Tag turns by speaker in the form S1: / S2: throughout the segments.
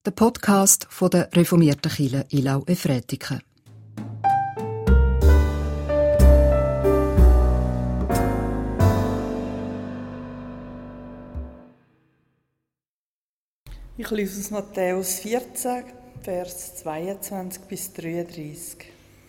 S1: der Podcast von der reformierten Kirche Ilau-Efretiken.
S2: Ich lese aus Matthäus 14, Vers 22 bis 33.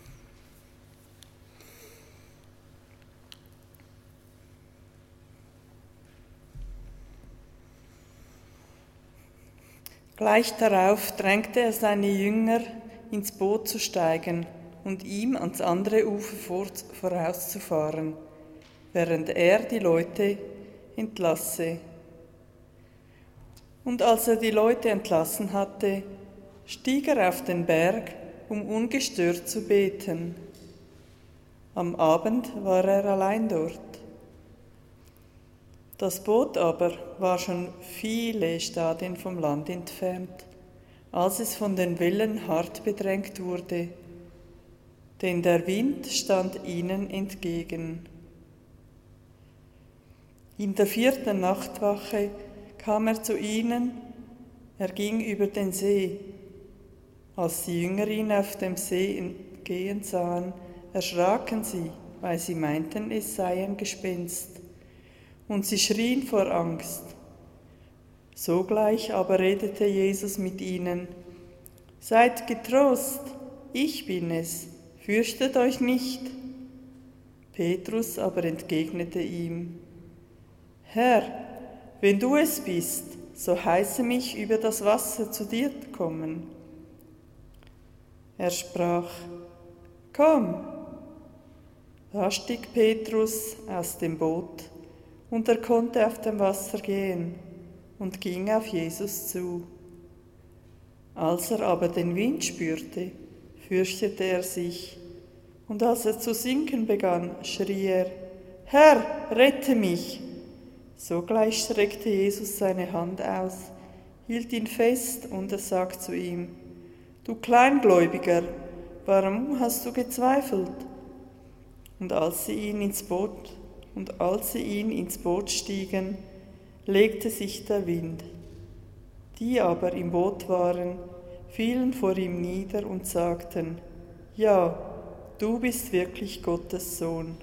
S2: Gleich darauf drängte er seine Jünger, ins Boot zu steigen und ihm ans andere Ufer vorauszufahren, während er die Leute entlasse. Und als er die Leute entlassen hatte, stieg er auf den Berg, um ungestört zu beten. Am Abend war er allein dort. Das Boot aber war schon viele Stadien vom Land entfernt, als es von den Wellen hart bedrängt wurde, denn der Wind stand ihnen entgegen. In der 4. Nachtwache kam er zu ihnen, er ging über den See. Als die Jünger ihn auf dem See gehen sahen, erschraken sie, weil sie meinten, es sei ein Gespenst. Und sie schrien vor Angst. Sogleich aber redete Jesus mit ihnen: Seid getrost, ich bin es, fürchtet euch nicht. Petrus aber entgegnete ihm: Herr, wenn du es bist, so heiße mich über das Wasser zu dir kommen. Er sprach: Komm. Da stieg Petrus aus dem Boot, und er konnte auf dem Wasser gehen und ging auf Jesus zu. Als er aber den Wind spürte, fürchtete er sich, und als er zu sinken begann, schrie er: Herr, rette mich! Sogleich streckte Jesus seine Hand aus, hielt ihn fest, und er sagte zu ihm: Du Kleingläubiger, warum hast du gezweifelt? Und als sie ins Boot stiegen, legte sich der Wind. Die aber im Boot waren, fielen vor ihm nieder und sagten: Ja, du bist wirklich Gottes Sohn.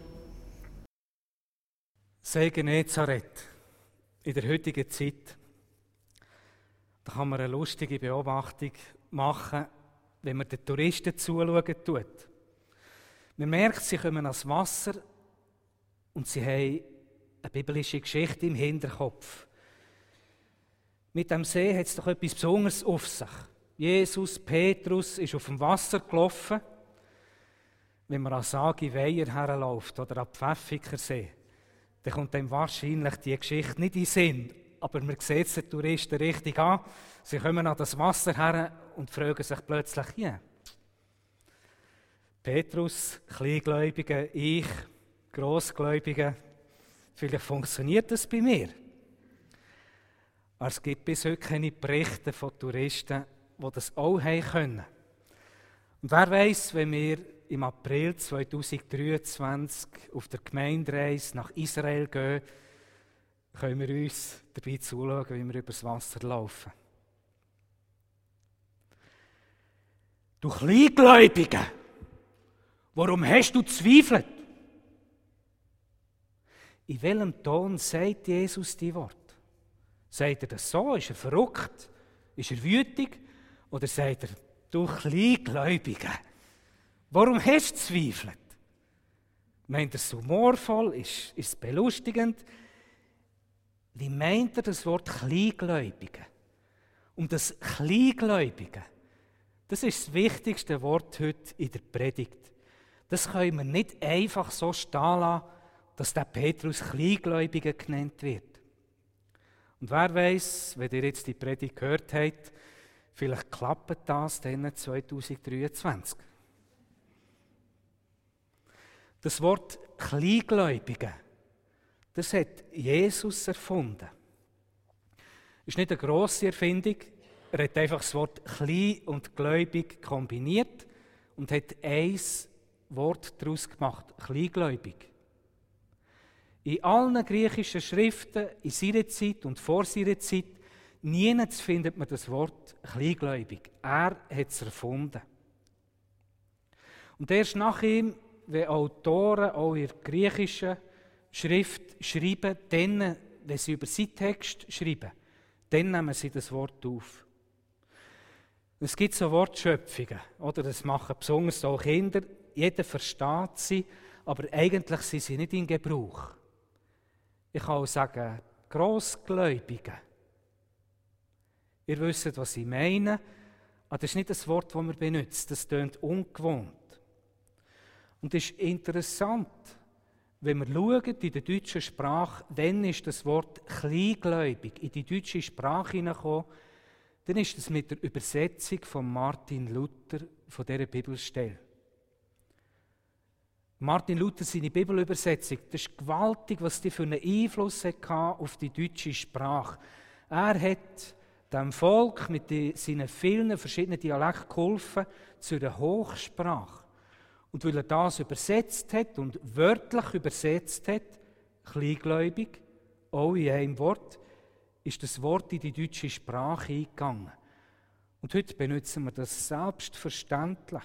S3: See Genezareth. In der heutigen Zeit, da kann man eine lustige Beobachtung machen, wenn man den Touristen zuschauen tut. Man merkt, sie kommen ans Wasser und sie haben eine biblische Geschichte im Hinterkopf. Mit dem See hat es doch etwas Besonderes auf sich. Petrus ist auf dem Wasser gelaufen. Wenn man an Sagi Weiher herläuft oder an Pfäffikersee, dann kommt einem wahrscheinlich die Geschichte nicht in den Sinn. Aber man sieht es den Touristen richtig an. Sie kommen an das Wasser her und fragen sich plötzlich: Ja, Petrus, Kleingläubige, ich, Grossgläubige, vielleicht funktioniert das bei mir. Aber es gibt bis heute keine Berichte von Touristen, die das auch haben können. Und wer weiss, wenn wir im April 2023 auf der Gemeindereise nach Israel gehen, können wir uns dabei zuschauen, wie wir übers Wasser laufen. Du Kleingläubige, warum hast du zweifelt? In welchem Ton sagt Jesus die Worte? Sagt er das so? Ist er verrückt? Ist er wütig? Oder sagt er: Du Kleingläubige, warum hast du zweifelt? Meint er es humorvoll? Ist es belustigend? Wie meint er das Wort Kleingläubige? Und das Kleingläubige, das ist das wichtigste Wort heute in der Predigt. Das können wir nicht einfach so stehen lassen, dass der Petrus Kleingläubiger genannt wird. Und wer weiß, wenn ihr jetzt die Predigt gehört habt, vielleicht klappt das dann 2023. Das Wort Kleingläubige, das hat Jesus erfunden. Das ist nicht eine grosse Erfindung. Er hat einfach das Wort klein und gläubig kombiniert und hat ein Wort daraus gemacht: Kleingläubig. In allen griechischen Schriften in seiner Zeit und vor seiner Zeit Nirgends findet man das Wort kleingläubig. Er hat es erfunden. Und erst nach ihm, wenn Autoren auch in der griechischen Schrift schreiben, dann, wenn sie über seinen Text schreiben, dann nehmen sie das Wort auf. Es gibt so Wortschöpfungen, oder? Das machen besonders auch Kinder. Jeder versteht sie, aber eigentlich sind sie nicht in Gebrauch. Ich kann auch sagen, Grossgläubige. Ihr wisst, was ich meine, aber das ist nicht das Wort, das man benutzt. Das klingt ungewohnt. Und es ist interessant, wenn wir schauen, in der deutschen Sprache, wann ist das Wort kleingläubig in die deutsche Sprache hineingekommen, dann ist das mit der Übersetzung von Martin Luther von dieser Bibelstelle. Martin Luther, seine Bibelübersetzung, das ist gewaltig, was die für einen Einfluss hatte auf die deutsche Sprache. Er hat dem Volk mit seinen vielen verschiedenen Dialekten geholfen zu einer Hochsprache. Und weil er das übersetzt hat und wörtlich übersetzt hat, kleingläubig, auch in einem Wort, ist das Wort in die deutsche Sprache eingegangen. Und heute benutzen wir das selbstverständlich.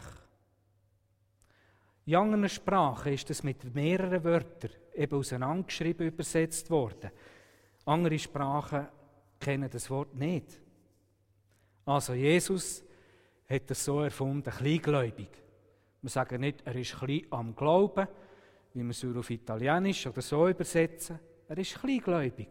S3: In anderen Sprachen ist das mit mehreren Wörtern eben auseinandergeschrieben übersetzt worden. Andere Sprachen kennen das Wort nicht. Also Jesus hat das so erfunden, kleingläubig. Wir sagen nicht, er ist klein am Glauben, wie wir es auf Italienisch oder so übersetzen. Er ist kleingläubig.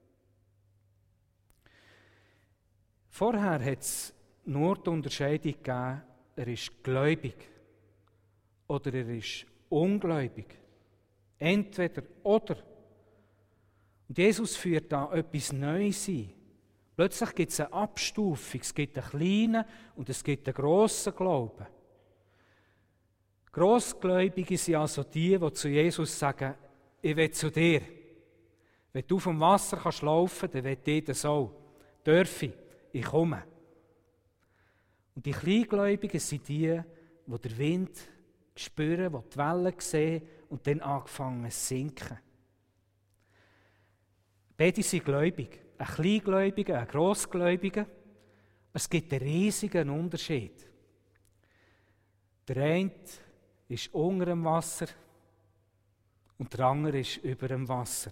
S3: Vorher hat es nur die Unterscheidung gegeben, er ist gläubig oder er ist ungläubig. Entweder oder. Und Jesus führt da etwas Neues ein. Plötzlich gibt es eine Abstufung. Es gibt einen kleinen und es gibt einen grossen Glauben. Grossgläubige sind also die zu Jesus sagen, ich will zu dir. Wenn du vom Wasser kannst laufen, dann will ich das auch. Dürfe ich komme. Und die Kleingläubigen sind die den Wind spüren, die Wellen sehen und dann angefangen zu sinken. Beide sind gläubig. Ein Kleingläubiger, ein Grossgläubiger. Es gibt einen riesigen Unterschied. Der eine ist unter dem Wasser und der andere ist über dem Wasser.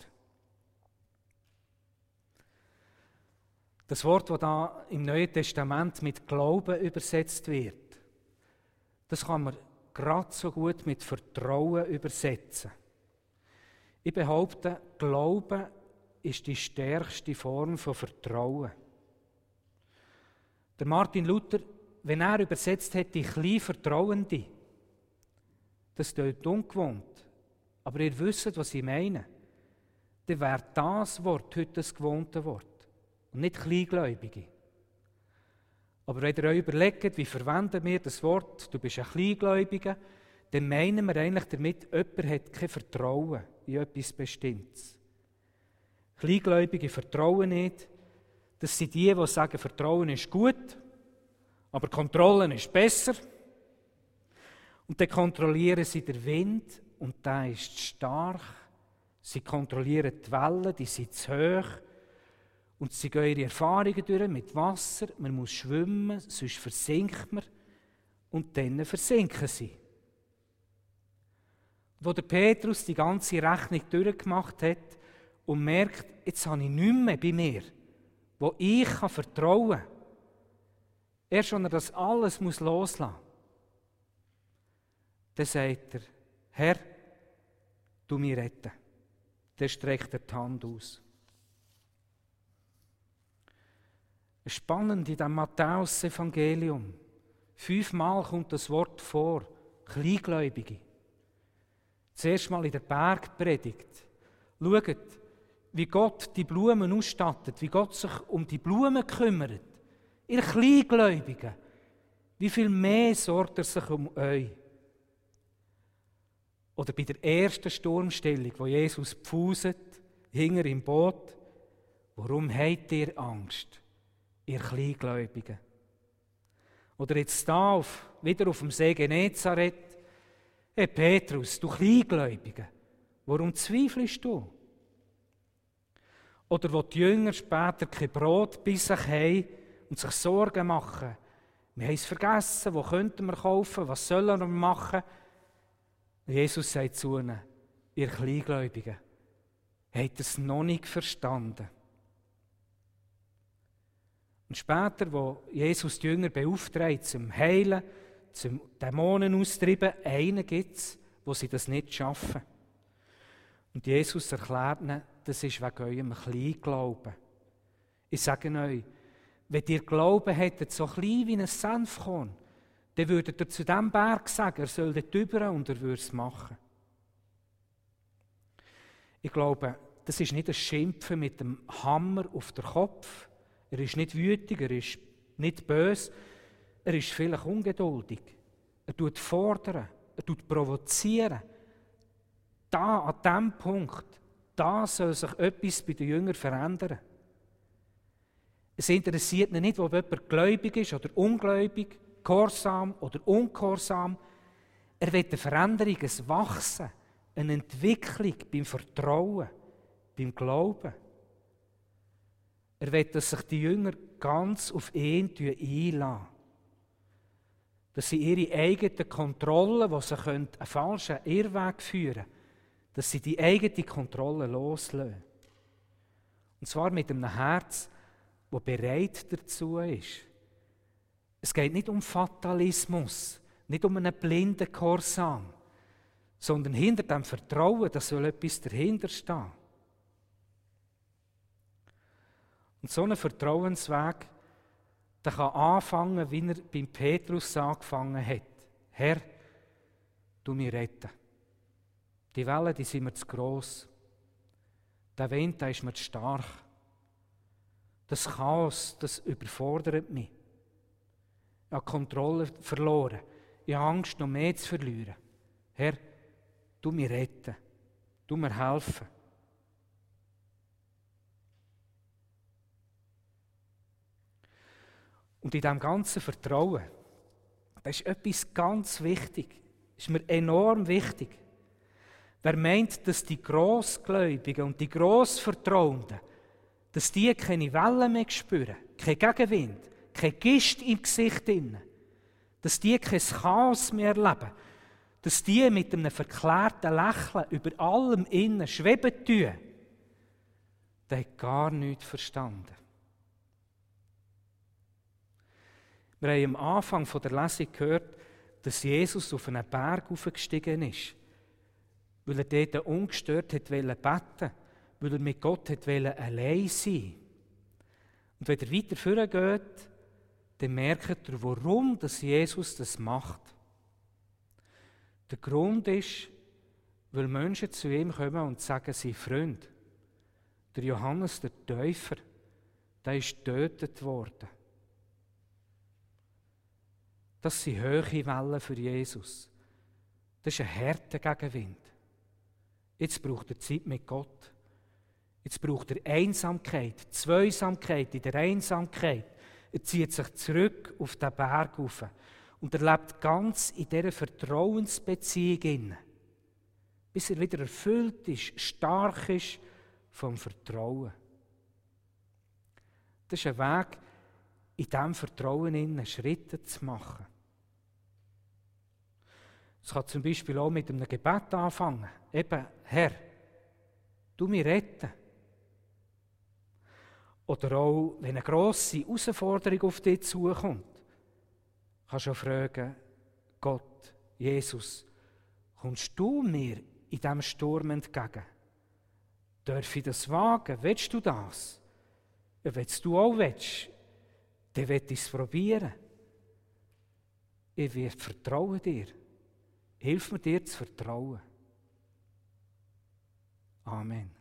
S3: Das Wort, das da im Neuen Testament mit Glauben übersetzt wird, das kann man gerade so gut mit Vertrauen übersetzen. Ich behaupte, Glauben ist die stärkste Form von Vertrauen. Der Martin Luther, wenn er übersetzt hat, die klein Vertrauende, das klingt ungewohnt, aber ihr wisst, was ich meine, dann wäre das Wort heute das gewohnte Wort und nicht Kleingläubige. Aber wenn ihr euch überlegt, wie verwenden wir das Wort, du bist ein Kleingläubiger, dann meinen wir eigentlich damit, jemand hat kein Vertrauen in etwas Bestimmtes. Kleingläubige vertrauen nicht. Das sind die sagen, Vertrauen ist gut, aber Kontrollen ist besser. Und dann kontrollieren sie den Wind und der ist stark. Sie kontrollieren die Wellen, die sind zu hoch. Und sie gehen ihre Erfahrungen durch mit Wasser. Man muss schwimmen, sonst versinkt man. Und dann versinken sie. Wo der Petrus die ganze Rechnung durchgemacht hat und merkt, jetzt habe ich nichts mehr bei mir, wo ich vertrauen kann. Erst wenn er das alles loslassen muss, dann sagt er, Herr, du mich retten. Dann streckt er die Hand aus. Spannend in diesem Matthäus-Evangelium. 5-mal kommt das Wort vor, Kleingläubige. Zuerst mal in der Bergpredigt. Schaut, wie Gott die Blumen ausstattet, wie Gott sich um die Blumen kümmert. Ihr Kleingläubigen, wie viel mehr sorgt er sich um euch? Oder bei der ersten Sturmstellung, wo Jesus pfuset, hinter im Boot. Warum habt ihr Angst, ihr Kleingläubigen? Oder jetzt da wieder auf dem See Genezareth. Hey Petrus, du Kleingläubiger, warum zweifelst du? Oder wo die Jünger später kein Brot bei sich haben und sich Sorgen machen. Wir haben es vergessen, wo könnten wir kaufen, was sollen wir machen? Und Jesus sagt zu ihnen, ihr Kleingläubigen, habt ihr es noch nicht verstanden? Und später, wo Jesus die Jünger beauftragt, zum Heilen, zum Dämonen austreiben, einen gibt es, wo sie das nicht schaffen. Und Jesus erklärt ihnen, das ist wegen eurem Kleinglauben. Ich sage euch, wenn ihr Glauben hättet, so klein wie ein Senfkorn, dann würdet ihr zu diesem Berg sagen, er soll dort rüber und er würde es machen. Ich glaube, das ist nicht ein Schimpfen mit dem Hammer auf den Kopf. Er ist nicht wütig, er ist nicht böse, er ist vielleicht ungeduldig. Er tut fordern, er tut provozieren. Da, an diesem Punkt, da soll sich etwas bei den Jüngern verändern. Es interessiert ihn nicht, ob jemand gläubig ist oder ungläubig, gehorsam oder ungehorsam. Er will eine Veränderung, ein Wachsen, eine Entwicklung beim Vertrauen, beim Glauben. Er will, dass sich die Jünger ganz auf ihn einlassen. Dass sie ihre eigene Kontrolle, die sie einen falschen Irrweg führen können, dass sie die eigene Kontrolle loslassen. Und zwar mit einem Herz, das bereit dazu ist. Es geht nicht um Fatalismus, nicht um einen blinden Gehorsam, sondern hinter dem Vertrauen, da soll etwas dahinter stehen. Und so ein Vertrauensweg, der kann anfangen, wie er beim Petrus angefangen hat. Herr, du mich retten. Die Wellen, die sind mir zu gross. Der Wind, der ist mir zu stark. Das Chaos, das überfordert mich. Ich habe die Kontrolle verloren. Ich habe Angst, noch mehr zu verlieren. Herr, du mich retten. Du mir helfen. Und in diesem ganzen Vertrauen, das ist etwas ganz wichtig. Das ist mir enorm wichtig. Wer meint, dass die Grossgläubigen und die Grossvertrauenden, dass die keine Wellen mehr spüren, kein Gegenwind, kein Gischt im Gesicht, dass die kein Chaos mehr erleben, dass die mit einem verklärten Lächeln über allem innen schweben tun, der hat gar nichts verstanden. Wir haben am Anfang der Lesung gehört, dass Jesus auf einen Berg aufgestiegen ist, weil er dort ungestört beten wollte, weil er mit Gott allein sein. Und wenn er weiter vorgeht, dann merkt er, warum Jesus das macht. Der Grund ist, weil Menschen zu ihm kommen und sagen, sie Freund, der Johannes der Täufer, der ist getötet worden. Das sind hohe Wellen für Jesus. Das ist ein harter Gegenwind. Jetzt braucht er Zeit mit Gott. Jetzt braucht er Einsamkeit, Zweisamkeit in der Einsamkeit. Er zieht sich zurück auf den Berg rauf und er lebt ganz in dieser Vertrauensbeziehung, bis er wieder erfüllt ist, stark ist vom Vertrauen. Das ist ein Weg, in diesem Vertrauen Schritte zu machen. Es kann zum Beispiel auch mit einem Gebet anfangen. Eben, Herr, du mich retten. Oder auch, wenn eine grosse Herausforderung auf dich zukommt, kannst du auch fragen, Gott, Jesus, kommst du mir in diesem Sturm entgegen? Darf ich das wagen? Willst du das? Ja, wenn du auch willst, dann will ich es probieren. Ich werde vertrauen dir. Hilf mir dir zu vertrauen. Amen.